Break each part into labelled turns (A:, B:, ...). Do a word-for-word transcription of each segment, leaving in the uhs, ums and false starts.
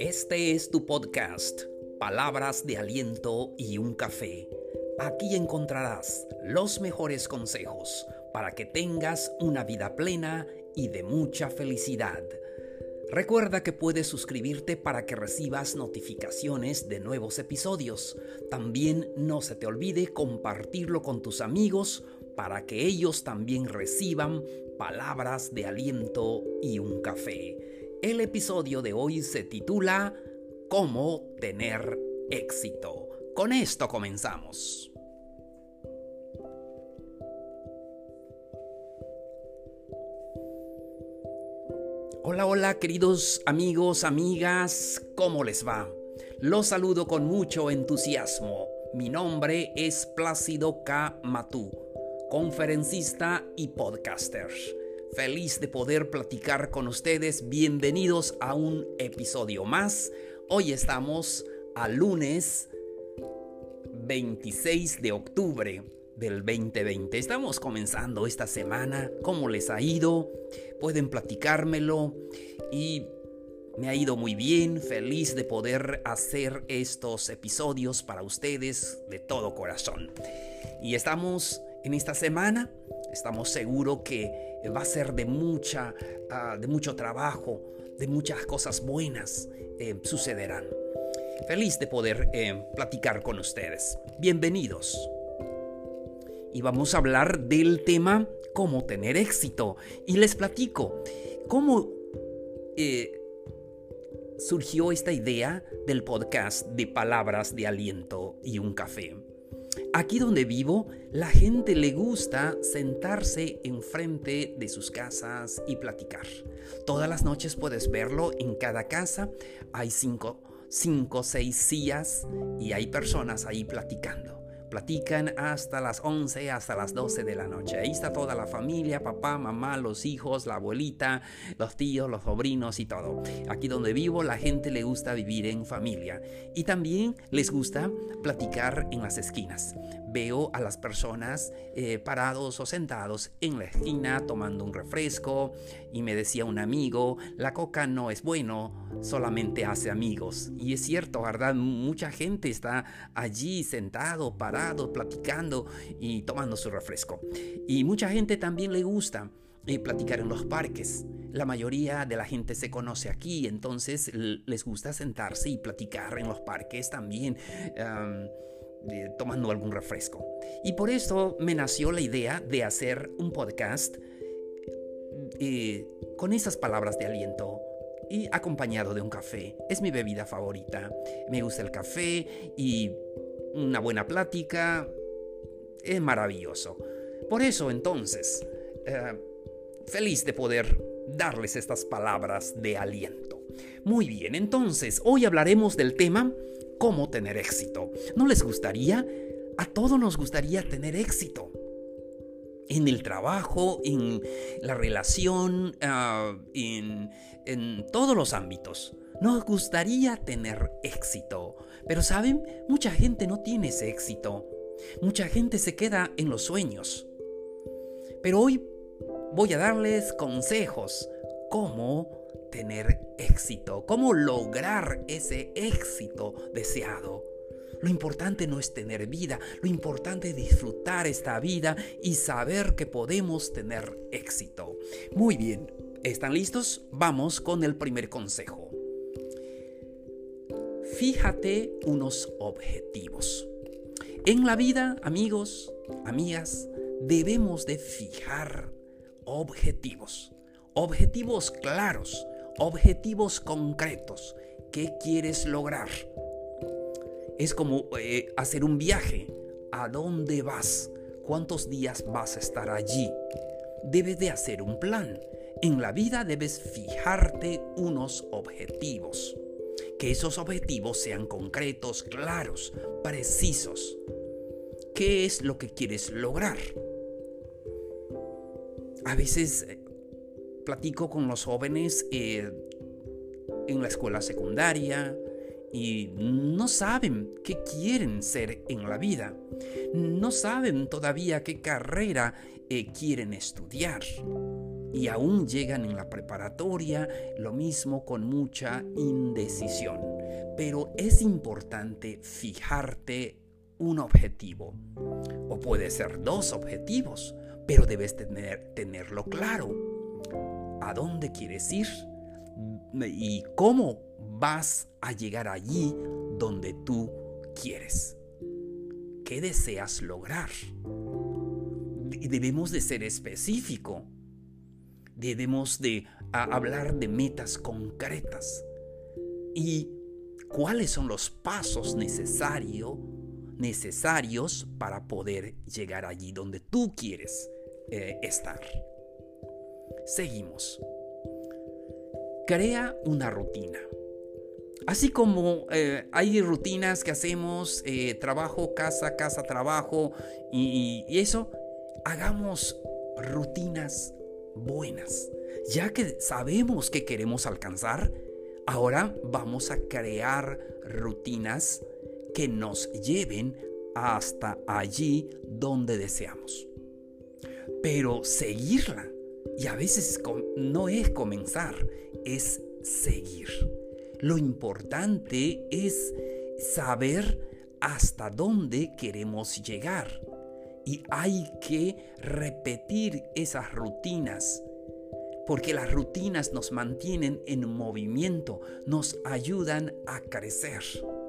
A: Este es tu podcast, Palabras de Aliento y un Café. Aquí encontrarás los mejores consejos para que tengas una vida plena y de mucha felicidad. Recuerda que puedes suscribirte para que recibas notificaciones de nuevos episodios. También no se te olvide compartirlo con tus amigos para que ellos también reciban palabras de aliento y un café. El episodio de hoy se titula ¿Cómo tener éxito? Con esto comenzamos. Hola, hola queridos amigos, amigas, ¿cómo les va? Los saludo con mucho entusiasmo. Mi nombre es Plácido K. Matú, conferencista y podcaster. Feliz de poder platicar con ustedes. Bienvenidos a un episodio más. Hoy estamos a lunes veintiséis de octubre del veinte veinte. Estamos comenzando esta semana. ¿Cómo les ha ido? Pueden platicármelo. Y me ha ido muy bien. Feliz de poder hacer estos episodios para ustedes de todo corazón. Y estamos en esta semana. Estamos seguros que va a ser de mucha, uh, de mucho trabajo, de muchas cosas buenas eh, sucederán. Feliz de poder eh, platicar con ustedes. Bienvenidos. Y vamos a hablar del tema cómo tener éxito. Y les platico cómo eh, surgió esta idea del podcast de Palabras de Aliento y un Café. Aquí donde vivo, la gente le gusta sentarse enfrente de sus casas y platicar. Todas las noches puedes verlo en cada casa. Hay cinco, cinco, seis sillas y hay personas ahí platicando. Platican hasta las once, hasta las doce de la noche. Ahí está toda la familia, papá, mamá, los hijos, la abuelita, los tíos, los sobrinos y todo. Aquí donde vivo, la gente le gusta vivir en familia. Y también les gusta platicar en las esquinas. Veo a las personas eh, parados o sentados en la esquina tomando un refresco. Y me decía un amigo, la coca no es bueno, solamente hace amigos. Y es cierto, ¿verdad? Mucha gente está allí sentado, parado, platicando y tomando su refresco. Y mucha gente también le gusta eh, platicar en los parques. La mayoría de la gente se conoce aquí, entonces les gusta sentarse y platicar en los parques también. Um, Eh, tomando algún refresco. Y por eso me nació la idea de hacer un podcast eh, con esas palabras de aliento y acompañado de un café. Es mi bebida favorita. Me gusta el café y una buena plática es maravilloso. Por eso entonces, eh, feliz de poder darles estas palabras de aliento. Muy bien, entonces hoy hablaremos del tema ¿cómo tener éxito? ¿No les gustaría? A todos nos gustaría tener éxito. En el trabajo, en la relación, uh, en, en todos los ámbitos. Nos gustaría tener éxito. Pero ¿saben? Mucha gente no tiene ese éxito. Mucha gente se queda en los sueños. Pero hoy voy a darles consejos. ¿Cómo tener éxito? ¿Cómo lograr ese éxito deseado? Lo importante no es tener vida, lo importante es disfrutar esta vida y saber que podemos tener éxito. Muy bien, ¿están listos? Vamos con el primer consejo. Fíjate unos objetivos. En la vida, amigos, amigas, debemos de fijar objetivos. Objetivos claros, objetivos concretos. ¿Qué quieres lograr? Es como eh, hacer un viaje. ¿A dónde vas? ¿Cuántos días vas a estar allí? Debes de hacer un plan. En la vida debes fijarte unos objetivos. Que esos objetivos sean concretos, claros, precisos. ¿Qué es lo que quieres lograr? A veces platico con los jóvenes eh, en la escuela secundaria y no saben qué quieren ser en la vida. No saben todavía qué carrera eh, quieren estudiar. y aún llegan en la preparatoria, lo mismo con mucha indecisión. Pero es importante fijarte un objetivo, o puede ser dos objetivos, pero debes tener, tenerlo claro. ¿A dónde quieres ir? ¿Y cómo vas a llegar allí donde tú quieres? ¿Qué deseas lograr? Debemos de ser específico. Debemos de a, hablar de metas concretas. ¿Y cuáles son los pasos necesarios necesarios para poder llegar allí donde tú quieres eh, estar? Seguimos. Crea una rutina. Así como eh, hay rutinas que hacemos, eh, trabajo, casa, casa, trabajo, y, y eso, hagamos rutinas buenas. Ya que sabemos que queremos alcanzar, ahora vamos a crear rutinas que nos lleven hasta allí donde deseamos. Pero seguirla, y a veces no es comenzar, es seguir. Lo importante es saber hasta dónde queremos llegar. Y hay que repetir esas rutinas, porque las rutinas nos mantienen en movimiento, nos ayudan a crecer.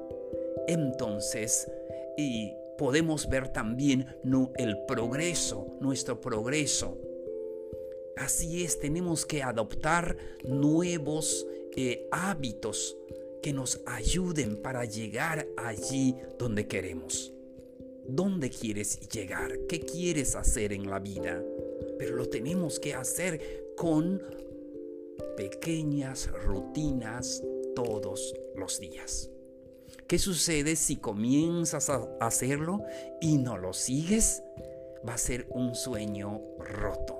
A: Entonces, y podemos ver también no, el progreso, nuestro progreso. Así es, tenemos que adoptar nuevos eh, hábitos que nos ayuden para llegar allí donde queremos. ¿Dónde quieres llegar? ¿Qué quieres hacer en la vida? Pero lo tenemos que hacer con pequeñas rutinas todos los días. ¿Qué sucede si comienzas a hacerlo y no lo sigues? Va a ser un sueño roto.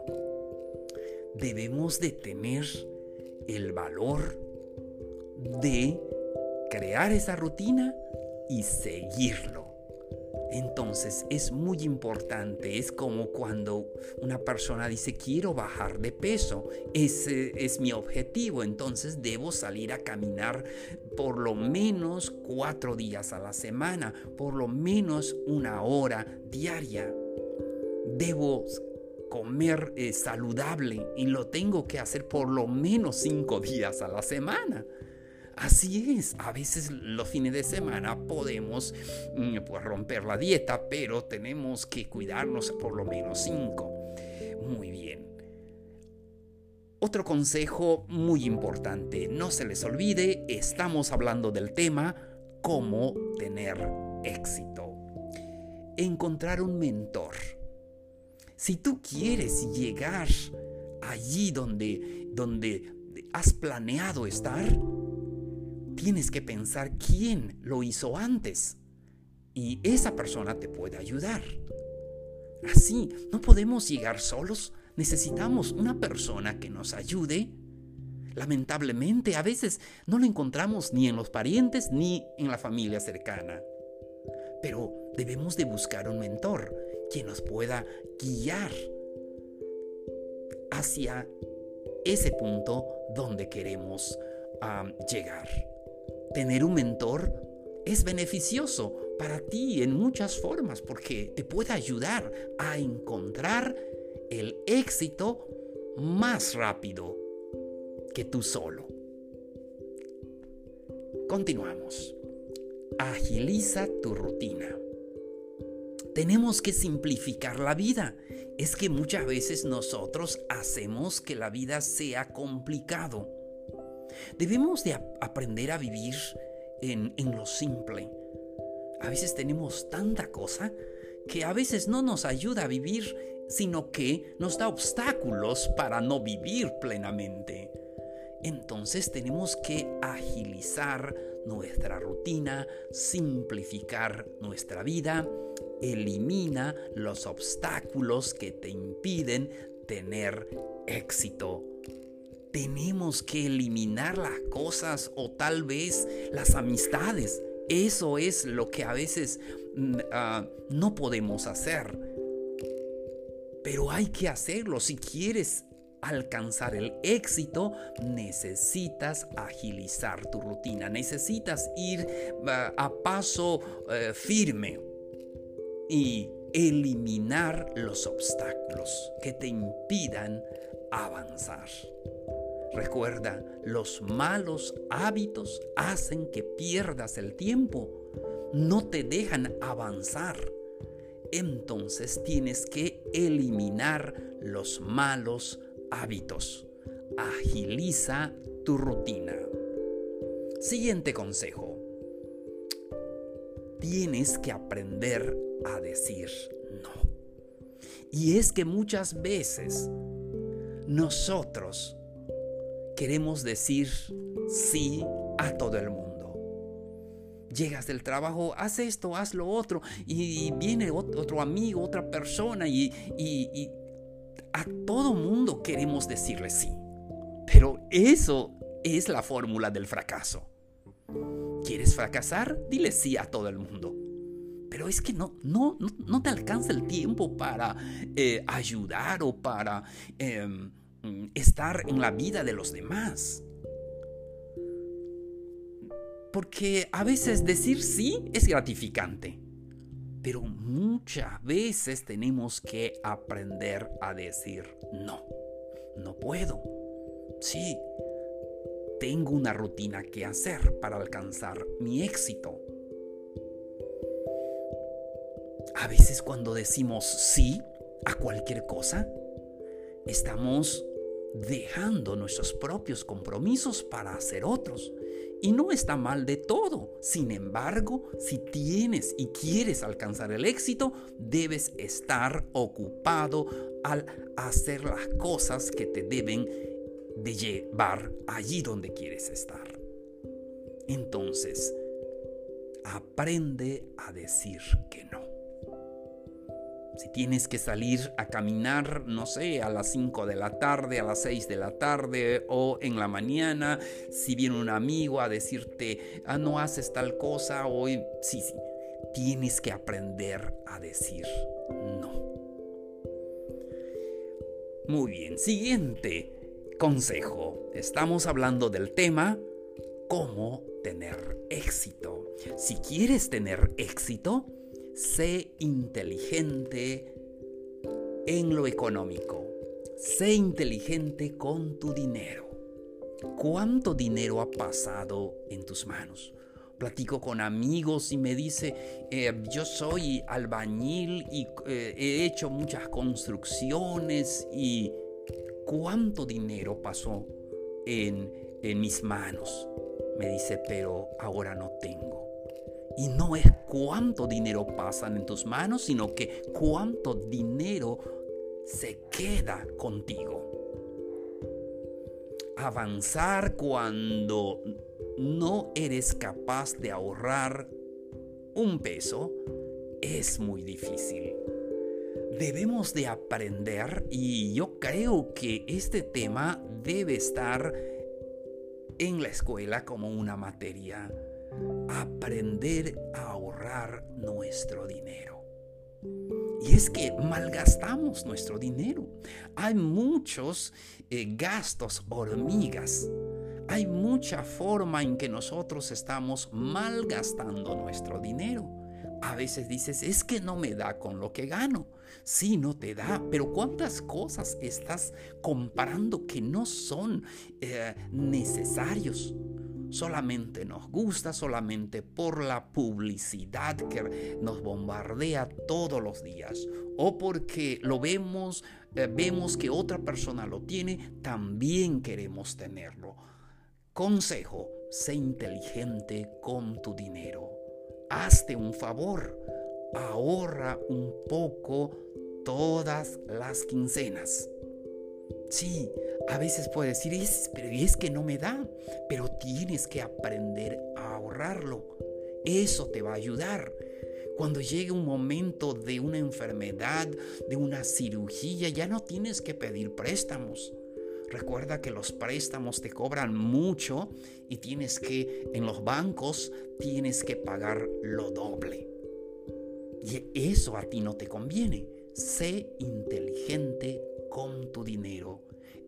A: Debemos de tener el valor de crear esa rutina y seguirlo. Entonces es muy importante, es como cuando una persona dice quiero bajar de peso, ese es mi objetivo, entonces debo salir a caminar por lo menos cuatro días a la semana, por lo menos una hora diaria. Debo comer eh, saludable y lo tengo que hacer por lo menos cinco días a la semana. Así es, a veces los fines de semana podemos pues, romper la dieta, pero tenemos que cuidarnos por lo menos cinco. Muy bien. Otro consejo muy importante, no se les olvide, estamos hablando del tema cómo tener éxito. Encontrar un mentor. Si tú quieres llegar allí donde, donde has planeado estar, tienes que pensar quién lo hizo antes y esa persona te puede ayudar. Así, no podemos llegar solos, necesitamos una persona que nos ayude. Lamentablemente, a veces no lo encontramos ni en los parientes ni en la familia cercana. Pero debemos de buscar un mentor que nos pueda guiar hacia ese punto donde queremos um, llegar. Tener un mentor es beneficioso para ti en muchas formas porque te puede ayudar a encontrar el éxito más rápido que tú solo. Continuamos. Agiliza tu rutina. Tenemos que simplificar la vida. Es que muchas veces nosotros hacemos que la vida sea complicado. Debemos de ap- aprender a vivir en, en lo simple. A veces tenemos tanta cosa que a veces no nos ayuda a vivir, sino que nos da obstáculos para no vivir plenamente. Entonces tenemos que agilizar nuestra rutina, simplificar nuestra vida, elimina los obstáculos que te impiden tener éxito. Tenemos que eliminar las cosas o tal vez las amistades. Eso es lo que a veces uh, no podemos hacer. Pero hay que hacerlo si quieres alcanzar el éxito, necesitas agilizar tu rutina, necesitas ir uh, a paso uh, firme y eliminar los obstáculos que te impidan avanzar. Recuerda, los malos hábitos hacen que pierdas el tiempo, no te dejan avanzar. Entonces tienes que eliminar los malos hábitos. Agiliza tu rutina. Siguiente consejo. Tienes que aprender a decir no. Y es que muchas veces nosotros queremos decir sí a todo el mundo. Llegas del trabajo, haz esto, haz lo otro, y viene otro amigo, otra persona, y, y, y a todo mundo queremos decirle sí. Pero eso es la fórmula del fracaso. ¿Quieres fracasar? Dile sí a todo el mundo. Pero es que no, no, no, no te alcanza el tiempo para eh, ayudar o para eh, estar en la vida de los demás. Porque a veces decir sí es gratificante, pero muchas veces tenemos que aprender a decir no. No puedo. Sí, tengo una rutina que hacer para alcanzar mi éxito. A veces cuando decimos sí a cualquier cosa, estamos dejando nuestros propios compromisos para hacer otros. Y no está mal de todo. Sin embargo, si tienes y quieres alcanzar el éxito, debes estar ocupado al hacer las cosas que te deben de llevar allí donde quieres estar. Entonces, aprende a decir que no. Si tienes que salir a caminar, no sé, a las cinco de la tarde, a las seis de la tarde o en la mañana, si viene un amigo a decirte, ah, no haces tal cosa hoy, sí, sí, tienes que aprender a decir no. Muy bien, siguiente consejo. Estamos hablando del tema cómo tener éxito. Si quieres tener éxito, sé inteligente en lo económico. Sé inteligente con tu dinero. ¿Cuánto dinero ha pasado en tus manos? Platico con amigos y me dice, eh, yo soy albañil y eh, he hecho muchas construcciones y ¿cuánto dinero pasó en, en mis manos? Me dice, pero ahora no tengo. Y no es cuánto dinero pasa en tus manos, sino que cuánto dinero se queda contigo. Avanzar cuando no eres capaz de ahorrar un peso es muy difícil. Debemos de aprender, y yo creo que este tema debe estar en la escuela como una materia. Aprender a ahorrar nuestro dinero. Y es que malgastamos nuestro dinero. Hay muchos eh, gastos hormigas. Hay mucha forma en que nosotros estamos malgastando nuestro dinero. A veces dices, es que no me da con lo que gano. Sí, no te da, pero ¿cuántas cosas estás comprando que no son eh, necesarios? Solamente nos gusta, solamente por la publicidad que nos bombardea todos los días, o porque lo vemos, eh, vemos que otra persona lo tiene, también queremos tenerlo. Consejo, sé inteligente con tu dinero. Hazte un favor, ahorra un poco todas las quincenas. Sí, a veces puedes decir, es, pero es que no me da, pero tienes que aprender a ahorrarlo. Eso te va a ayudar. Cuando llegue un momento de una enfermedad, de una cirugía, ya no tienes que pedir préstamos. Recuerda que los préstamos te cobran mucho y tienes que, en los bancos, tienes que pagar lo doble. Y eso a ti no te conviene. Sé inteligente con tu dinero.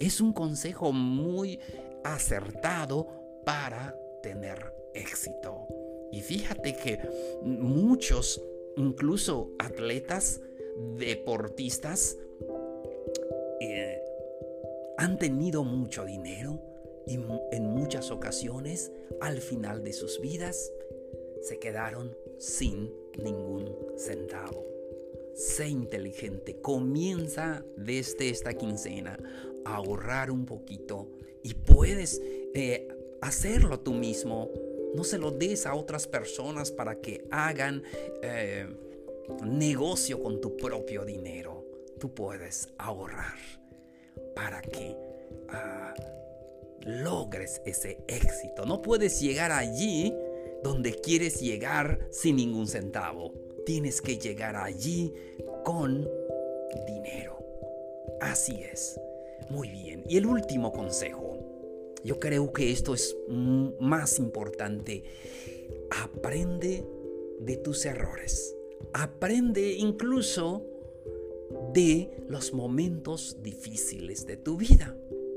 A: Es un consejo muy acertado para tener éxito. Y fíjate que muchos, incluso atletas, deportistas, eh, han tenido mucho dinero y en muchas ocasiones, al final de sus vidas, se quedaron sin ningún centavo. Sé inteligente, comienza desde esta quincena a ahorrar un poquito y puedes eh, hacerlo tú mismo. No se lo des a otras personas para que hagan eh, negocio con tu propio dinero. Tú puedes ahorrar para que uh, logres ese éxito. No puedes llegar allí donde quieres llegar sin ningún centavo. Tienes que llegar allí con dinero. Así es. Muy bien. Y el último consejo. Yo creo que esto es más importante. Aprende de tus errores. Aprende incluso de los momentos difíciles de tu vida.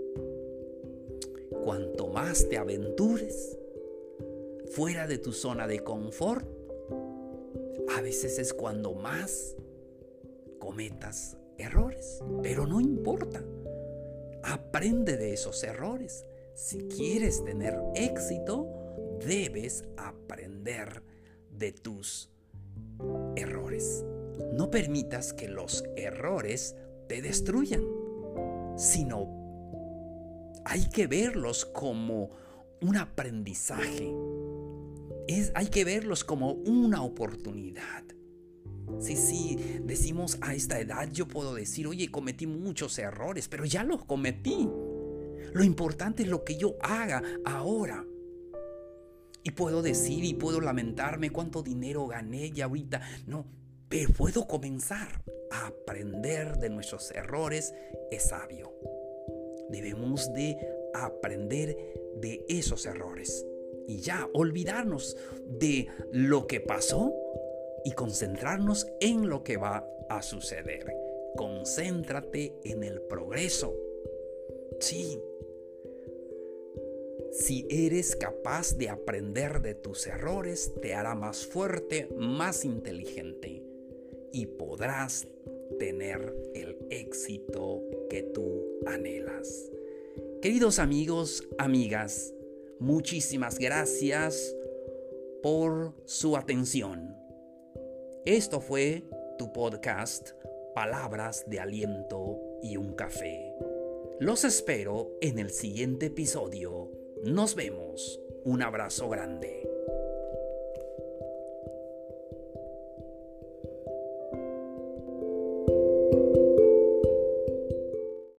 A: Cuanto más te aventures fuera de tu zona de confort, a veces es cuando más cometas errores. Pero no importa. Aprende de esos errores. Si quieres tener éxito, debes aprender de tus errores. No permitas que los errores te destruyan, sino hay que verlos como un aprendizaje. Es, hay que verlos como una oportunidad. Sí, sí, decimos a esta edad yo puedo decir, oye, cometí muchos errores, pero ya los cometí. Lo importante es lo que yo haga ahora. Y puedo decir y puedo lamentarme cuánto dinero gané y ahorita no, pero puedo comenzar a aprender de nuestros errores. Es sabio. Debemos de aprender de esos errores y ya olvidarnos de lo que pasó y concentrarnos en lo que va a suceder. Concéntrate en el progreso. Sí. Si eres capaz de aprender de tus errores, te hará más fuerte, más inteligente y podrás tener el éxito que tú anhelas. Queridos amigos, amigas, muchísimas gracias por su atención. Esto fue tu podcast, Palabras de Aliento y un Café. Los espero en el siguiente episodio. Nos vemos. Un abrazo grande.